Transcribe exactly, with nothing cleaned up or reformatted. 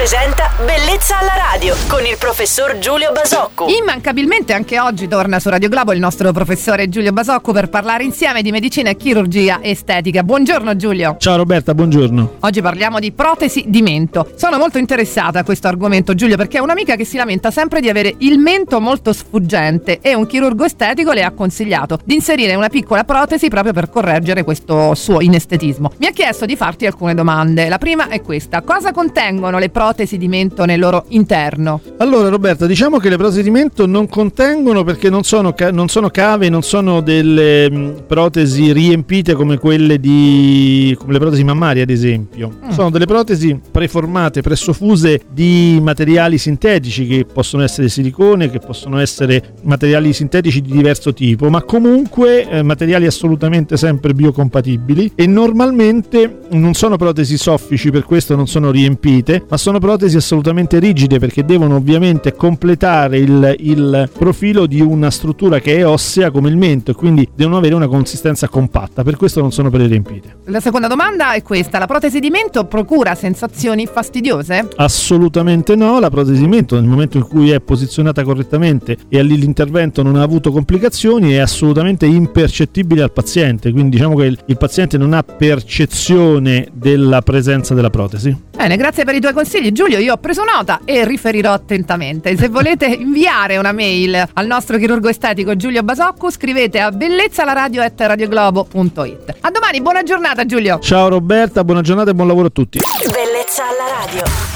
presenta Bellezza alla radio con il professor Giulio Basocco. Immancabilmente anche oggi torna su Radio Globo il nostro professore Giulio Basocco per parlare insieme di medicina e chirurgia estetica. Buongiorno Giulio. Ciao Roberta, buongiorno. Oggi parliamo di protesi di mento. Sono molto interessata a questo argomento, Giulio, perché è un'amica che si lamenta sempre di avere il mento molto sfuggente e un chirurgo estetico le ha consigliato di inserire una piccola protesi proprio per correggere questo suo inestetismo. Mi ha chiesto di farti alcune domande. La prima è questa: cosa contengono le protesi di mento nel loro interno? Allora Roberta, diciamo che le protesi di mento non contengono, perché non sono, ca- non sono cave, non sono delle mh, protesi riempite come quelle di come le protesi mammarie ad esempio. Mm. Sono delle protesi preformate, presoffuse di materiali sintetici, che possono essere silicone, che possono essere materiali sintetici di diverso tipo, ma comunque eh, materiali assolutamente sempre biocompatibili, e normalmente non sono protesi soffici, per questo non sono riempite, ma sono protesi assolutamente rigide, perché devono ovviamente completare il, il profilo di una struttura che è ossea come il mento, e quindi devono avere una consistenza compatta, per questo non sono pre-riempite. La seconda domanda è questa: la protesi di mento procura sensazioni fastidiose? Assolutamente no. La protesi di mento, nel momento in cui è posizionata correttamente e lì l'intervento non ha avuto complicazioni, è assolutamente impercettibile al paziente, quindi diciamo che il, il paziente non ha percezione della presenza della protesi. Bene, grazie per i tuoi consigli Giulio, io ho preso nota e riferirò attentamente. Se volete inviare una mail al nostro chirurgo estetico Giulio Basocco, scrivete a bellezzalaradio chiocciola radioglobo punto it. A domani, buona giornata Giulio. Ciao Roberta, buona giornata e buon lavoro a tutti. Bellezza alla radio.